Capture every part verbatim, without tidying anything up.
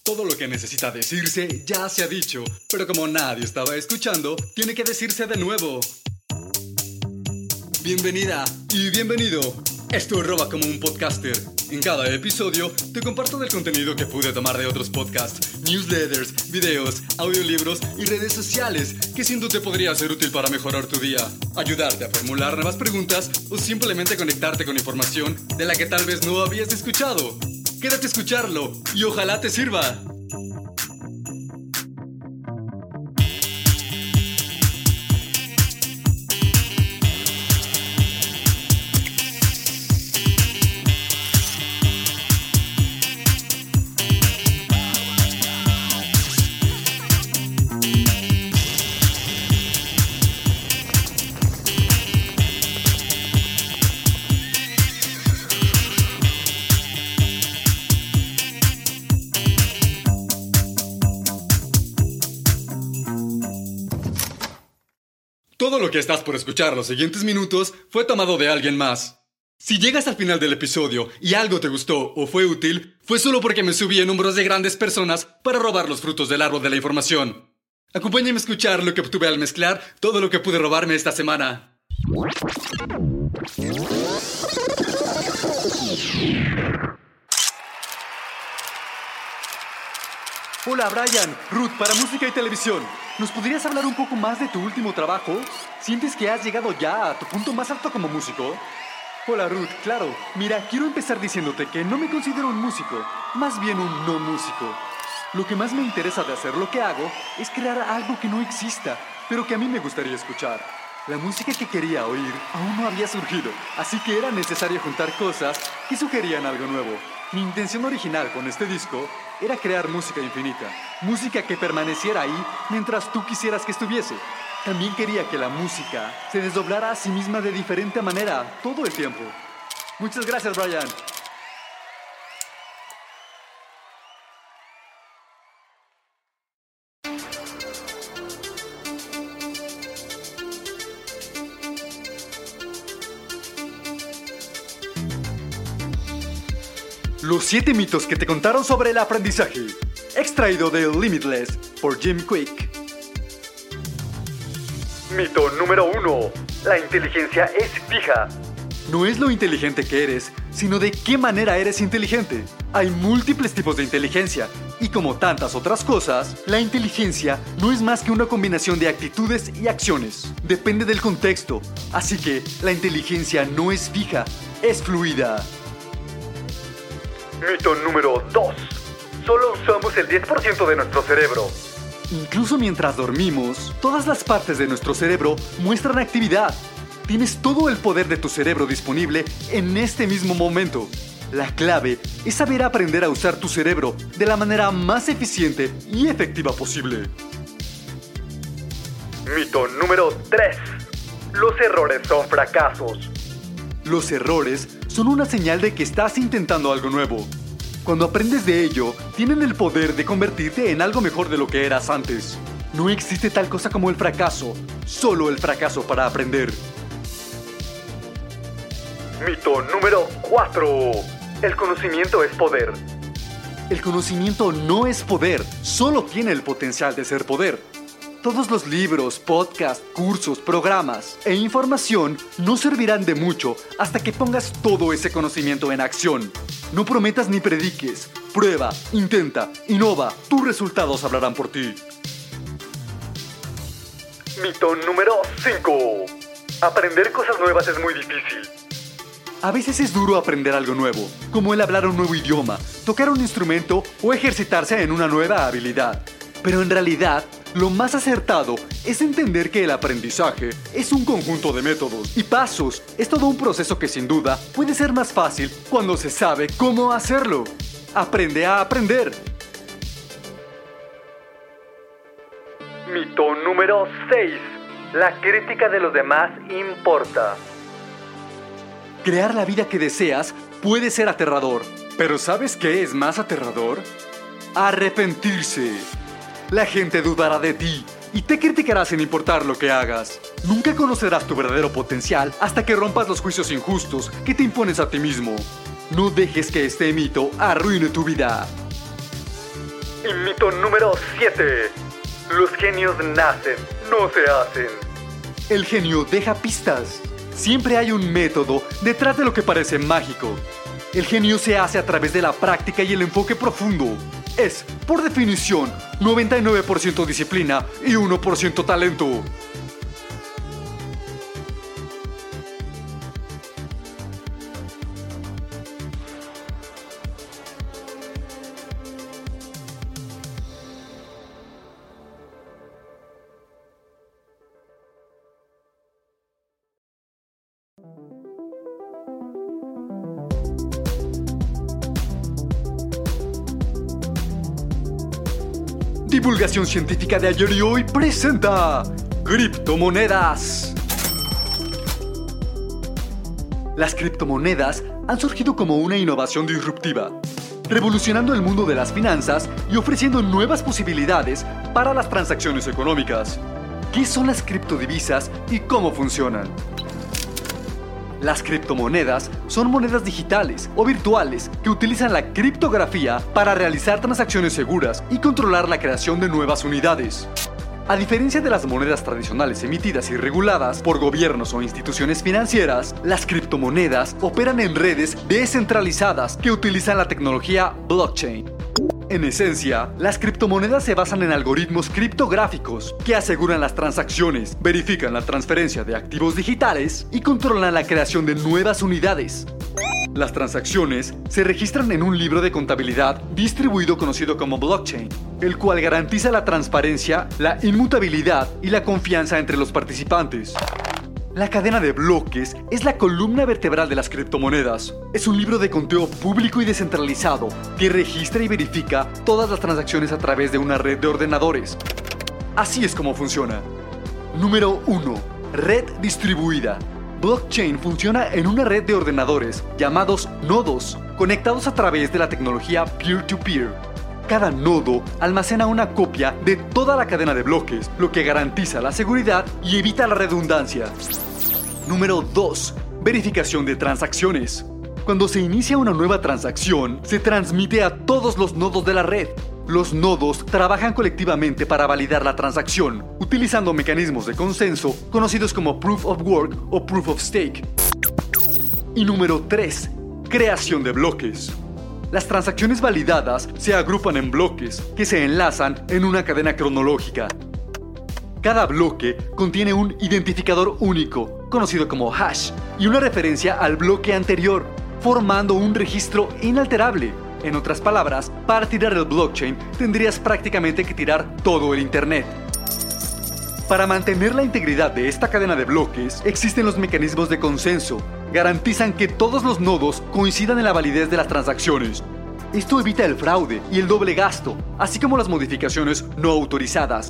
Todo lo que necesita decirse ya se ha dicho, pero como nadie estaba escuchando, tiene que decirse de nuevo. Bienvenida y bienvenido. Esto es Roba como un podcaster. En cada episodio te comparto del contenido que pude tomar de otros podcasts, newsletters, videos, audiolibros y redes sociales que siento te podría ser útil para mejorar tu día, ayudarte a formular nuevas preguntas o simplemente conectarte con información de la que tal vez no habías escuchado. Quédate a escucharlo y ojalá te sirva. Todo lo que estás por escuchar los siguientes minutos fue tomado de alguien más. Si llegas al final del episodio y algo te gustó o fue útil, fue solo porque me subí en hombros de grandes personas para robar los frutos del árbol de la información. Acompáñame a escuchar lo que obtuve al mezclar todo lo que pude robarme esta semana. Hola Brian, Ruth para música y televisión. ¿Nos podrías hablar un poco más de tu último trabajo? ¿Sientes que has llegado ya a tu punto más alto como músico? Hola Ruth, claro. Mira, quiero empezar diciéndote que no me considero un músico, más bien un no músico. Lo que más me interesa de hacer lo que hago es crear algo que no exista, pero que a mí me gustaría escuchar. La música que quería oír aún no había surgido, así que era necesario juntar cosas que sugerían algo nuevo. Mi intención original con este disco era crear música infinita, música que permaneciera ahí mientras tú quisieras que estuviese. También quería que la música se desdoblara a sí misma de diferente manera todo el tiempo. Muchas gracias, Brian. Los siete mitos que te contaron sobre el aprendizaje. Extraído de Limitless por Jim Kwik. Mito número uno. La inteligencia es fija. No es lo inteligente que eres, sino de qué manera eres inteligente. Hay múltiples tipos de inteligencia, y como tantas otras cosas, la inteligencia no es más que una combinación de actitudes y acciones. Depende del contexto, así que la inteligencia no es fija, es fluida. Mito número dos. Solo usamos el diez por ciento de nuestro cerebro. Incluso mientras dormimos, todas las partes de nuestro cerebro muestran actividad. Tienes todo el poder de tu cerebro disponible en este mismo momento. La clave es saber aprender a usar tu cerebro de la manera más eficiente y efectiva posible. Mito número tres. Los errores son fracasos. Los errores son una señal de que estás intentando algo nuevo. Cuando aprendes de ello, tienen el poder de convertirte en algo mejor de lo que eras antes. No existe tal cosa como el fracaso, solo el fracaso para aprender. Mito número cuatro. El conocimiento es poder. El conocimiento no es poder, solo tiene el potencial de ser poder. Todos los libros, podcasts, cursos, programas e información no servirán de mucho hasta que pongas todo ese conocimiento en acción. No prometas ni prediques. Prueba, intenta, innova. Tus resultados hablarán por ti. Mito número cinco. Aprender cosas nuevas es muy difícil. A veces es duro aprender algo nuevo, como el hablar un nuevo idioma, tocar un instrumento o ejercitarse en una nueva habilidad. Pero en realidad, lo más acertado es entender que el aprendizaje es un conjunto de métodos y pasos. Es todo un proceso que sin duda puede ser más fácil cuando se sabe cómo hacerlo. Aprende a aprender. Mito número seis. La crítica de los demás importa. Crear la vida que deseas puede ser aterrador, pero ¿sabes qué es más aterrador? Arrepentirse. La gente dudará de ti y te criticará sin importar lo que hagas. Nunca conocerás tu verdadero potencial hasta que rompas los juicios injustos que te impones a ti mismo. No dejes que este mito arruine tu vida. Y mito número siete. Los genios nacen, no se hacen. El genio deja pistas. Siempre hay un método detrás de lo que parece mágico. El genio se hace a través de la práctica y el enfoque profundo. Es, por definición, noventa y nueve por ciento disciplina y uno por ciento talento. Divulgación Científica de ayer y hoy presenta criptomonedas. Las criptomonedas han surgido como una innovación disruptiva, revolucionando el mundo de las finanzas y ofreciendo nuevas posibilidades para las transacciones económicas. ¿Qué son las criptodivisas y cómo funcionan? Las criptomonedas son monedas digitales o virtuales que utilizan la criptografía para realizar transacciones seguras y controlar la creación de nuevas unidades. A diferencia de las monedas tradicionales emitidas y reguladas por gobiernos o instituciones financieras, las criptomonedas operan en redes descentralizadas que utilizan la tecnología blockchain. En esencia, las criptomonedas se basan en algoritmos criptográficos que aseguran las transacciones, verifican la transferencia de activos digitales y controlan la creación de nuevas unidades. Las transacciones se registran en un libro de contabilidad distribuido conocido como blockchain, el cual garantiza la transparencia, la inmutabilidad y la confianza entre los participantes. La cadena de bloques es la columna vertebral de las criptomonedas. Es un libro de conteo público y descentralizado que registra y verifica todas las transacciones a través de una red de ordenadores. Así es como funciona. Número uno. Red distribuida. Blockchain funciona en una red de ordenadores llamados nodos, conectados a través de la tecnología peer-to-peer. Cada nodo almacena una copia de toda la cadena de bloques, lo que garantiza la seguridad y evita la redundancia. Número dos. Verificación de transacciones. Cuando se inicia una nueva transacción, se transmite a todos los nodos de la red. Los nodos trabajan colectivamente para validar la transacción, utilizando mecanismos de consenso conocidos como Proof of Work o Proof of Stake. Y número tres. Creación de bloques. Las transacciones validadas se agrupan en bloques que se enlazan en una cadena cronológica. Cada bloque contiene un identificador único, conocido como hash, y una referencia al bloque anterior, formando un registro inalterable. En otras palabras, para tirar el blockchain tendrías prácticamente que tirar todo el Internet. Para mantener la integridad de esta cadena de bloques, existen los mecanismos de consenso. Garantizan que todos los nodos coincidan en la validez de las transacciones. Esto evita el fraude y el doble gasto, así como las modificaciones no autorizadas.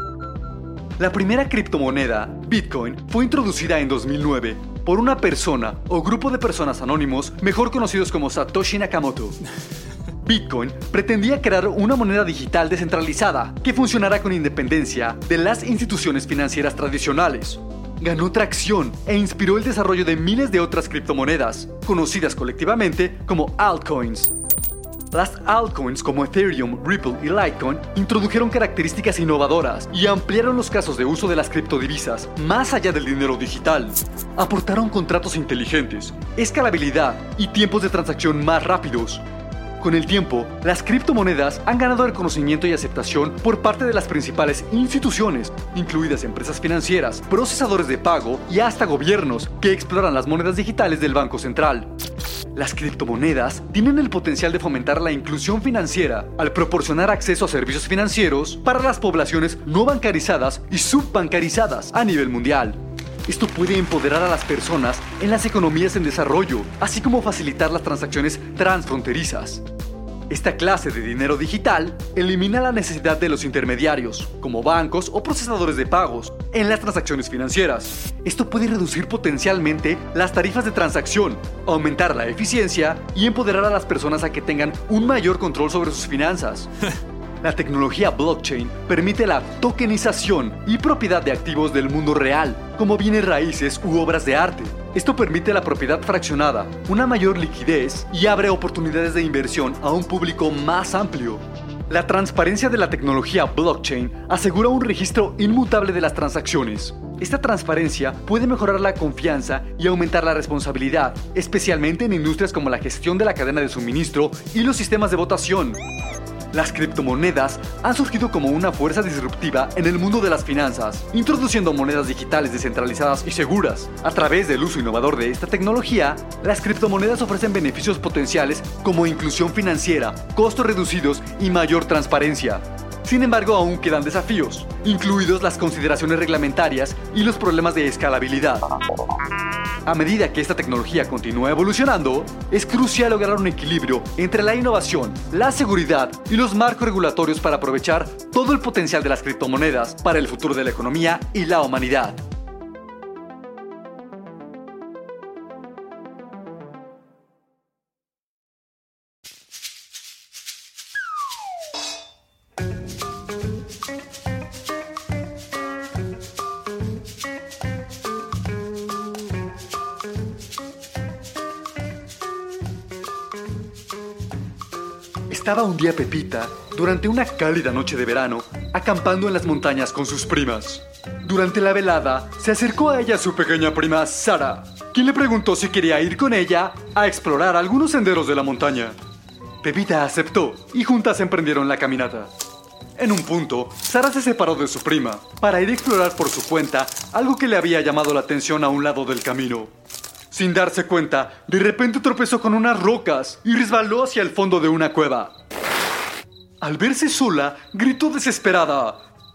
La primera criptomoneda, Bitcoin, fue introducida en dos mil nueve por una persona o grupo de personas anónimos, mejor conocidos como Satoshi Nakamoto. Bitcoin pretendía crear una moneda digital descentralizada que funcionara con independencia de las instituciones financieras tradicionales. Ganó tracción e inspiró el desarrollo de miles de otras criptomonedas, conocidas colectivamente como altcoins. Las altcoins como Ethereum, Ripple y Litecoin introdujeron características innovadoras y ampliaron los casos de uso de las criptodivisas más allá del dinero digital. Aportaron contratos inteligentes, escalabilidad y tiempos de transacción más rápidos. Con el tiempo, las criptomonedas han ganado reconocimiento y aceptación por parte de las principales instituciones, incluidas empresas financieras, procesadores de pago y hasta gobiernos que exploran las monedas digitales del Banco Central. Las criptomonedas tienen el potencial de fomentar la inclusión financiera al proporcionar acceso a servicios financieros para las poblaciones no bancarizadas y subbancarizadas a nivel mundial. Esto puede empoderar a las personas en las economías en desarrollo, así como facilitar las transacciones transfronterizas. Esta clase de dinero digital elimina la necesidad de los intermediarios, como bancos o procesadores de pagos, en las transacciones financieras. Esto puede reducir potencialmente las tarifas de transacción, aumentar la eficiencia y empoderar a las personas a que tengan un mayor control sobre sus finanzas. La tecnología blockchain permite la tokenización y propiedad de activos del mundo real, como bienes raíces u obras de arte. Esto permite la propiedad fraccionada, una mayor liquidez y abre oportunidades de inversión a un público más amplio. La transparencia de la tecnología blockchain asegura un registro inmutable de las transacciones. Esta transparencia puede mejorar la confianza y aumentar la responsabilidad, especialmente en industrias como la gestión de la cadena de suministro y los sistemas de votación. Las criptomonedas han surgido como una fuerza disruptiva en el mundo de las finanzas, introduciendo monedas digitales descentralizadas y seguras. A través del uso innovador de esta tecnología, las criptomonedas ofrecen beneficios potenciales como inclusión financiera, costos reducidos y mayor transparencia. Sin embargo, aún quedan desafíos, incluidos las consideraciones reglamentarias y los problemas de escalabilidad. A medida que esta tecnología continúa evolucionando, es crucial lograr un equilibrio entre la innovación, la seguridad y los marcos regulatorios para aprovechar todo el potencial de las criptomonedas para el futuro de la economía y la humanidad. Estaba un día Pepita, durante una cálida noche de verano, acampando en las montañas con sus primas. Durante la velada, se acercó a ella su pequeña prima Sara, quien le preguntó si quería ir con ella a explorar algunos senderos de la montaña. Pepita aceptó y juntas emprendieron la caminata. En un punto, Sara se separó de su prima para ir a explorar por su cuenta algo que le había llamado la atención a un lado del camino. Sin darse cuenta, de repente tropezó con unas rocas y resbaló hacia el fondo de una cueva. Al verse sola, gritó desesperada: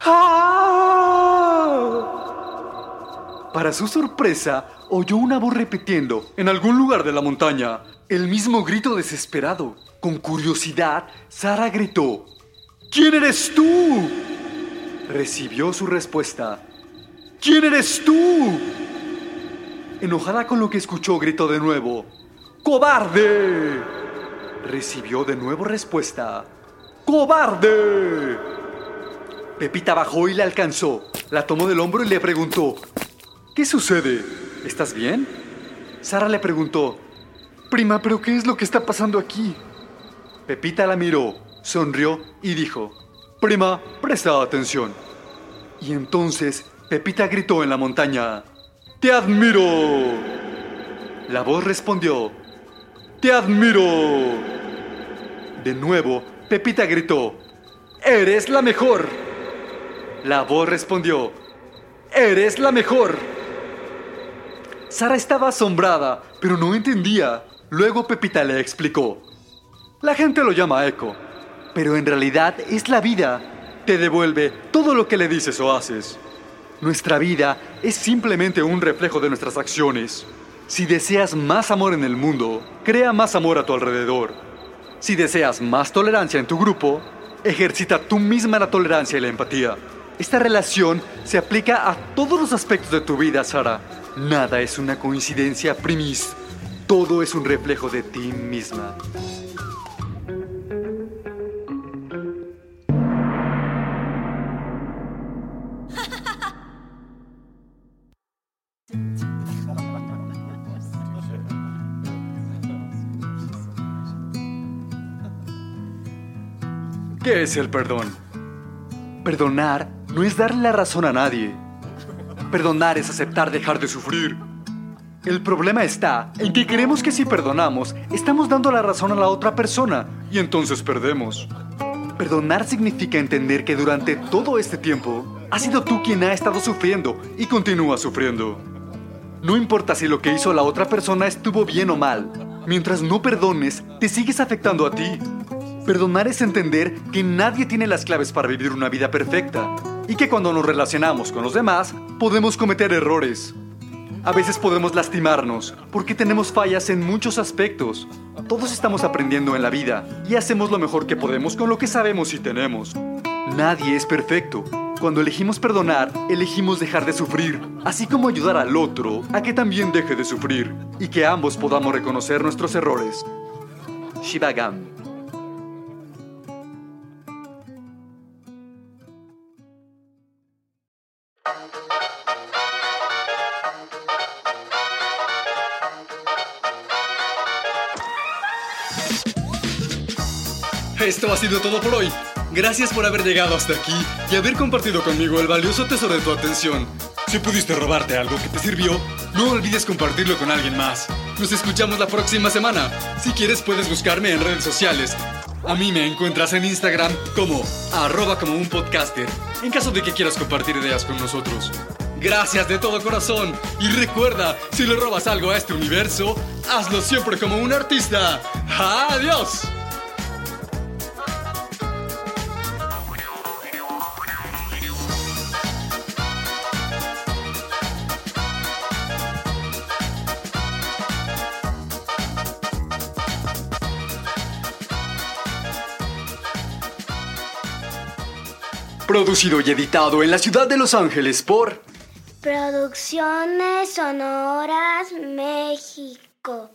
¡Ah! Para su sorpresa, oyó una voz repitiendo, en algún lugar de la montaña, el mismo grito desesperado. Con curiosidad, Sara gritó: ¿Quién eres tú? Recibió su respuesta: ¿Quién eres tú? Enojada con lo que escuchó, gritó de nuevo: ¡Cobarde! Recibió de nuevo respuesta: ¡Cobarde! Pepita bajó y la alcanzó. La tomó del hombro y le preguntó: ¿Qué sucede? ¿Estás bien? Sara le preguntó: Prima, ¿pero qué es lo que está pasando aquí? Pepita la miró, sonrió y dijo: Prima, presta atención. Y entonces Pepita gritó en la montaña: ¡Te admiro! La voz respondió: ¡Te admiro! De nuevo, Pepita gritó: ¡Eres la mejor! La voz respondió: ¡Eres la mejor! Sara estaba asombrada, pero no entendía. Luego Pepita le explicó: La gente lo llama eco, pero en realidad es la vida. Te devuelve todo lo que le dices o haces. Nuestra vida es simplemente un reflejo de nuestras acciones. Si deseas más amor en el mundo, crea más amor a tu alrededor. Si deseas más tolerancia en tu grupo, ejercita tú misma la tolerancia y la empatía. Esta relación se aplica a todos los aspectos de tu vida, Sara. Nada es una coincidencia, primis. Todo es un reflejo de ti misma. ¿Qué es el perdón? Perdonar no es darle la razón a nadie. Perdonar es aceptar dejar de sufrir. El problema está en que creemos que si perdonamos, estamos dando la razón a la otra persona y entonces perdemos. Perdonar significa entender que durante todo este tiempo, has sido tú quien ha estado sufriendo y continúa sufriendo. No importa si lo que hizo la otra persona estuvo bien o mal. Mientras no perdones, te sigues afectando a ti. Perdonar es entender que nadie tiene las claves para vivir una vida perfecta y que cuando nos relacionamos con los demás, podemos cometer errores. A veces podemos lastimarnos porque tenemos fallas en muchos aspectos. Todos estamos aprendiendo en la vida y hacemos lo mejor que podemos con lo que sabemos y tenemos. Nadie es perfecto. Cuando elegimos perdonar, elegimos dejar de sufrir, así como ayudar al otro a que también deje de sufrir y que ambos podamos reconocer nuestros errores. Shivagam. Esto ha sido todo por hoy. Gracias por haber llegado hasta aquí y haber compartido conmigo el valioso tesoro de tu atención. Si pudiste robarte algo que te sirvió, no olvides compartirlo con alguien más. Nos escuchamos la próxima semana. Si quieres, puedes buscarme en redes sociales. A mí me encuentras en Instagram como arroba como un podcaster, en caso de que quieras compartir ideas con nosotros. Gracias de todo corazón y recuerda, si le robas algo a este universo, hazlo siempre como un artista. ¡Adiós! Producido y editado en la ciudad de Los Ángeles por Producciones Sonoras México.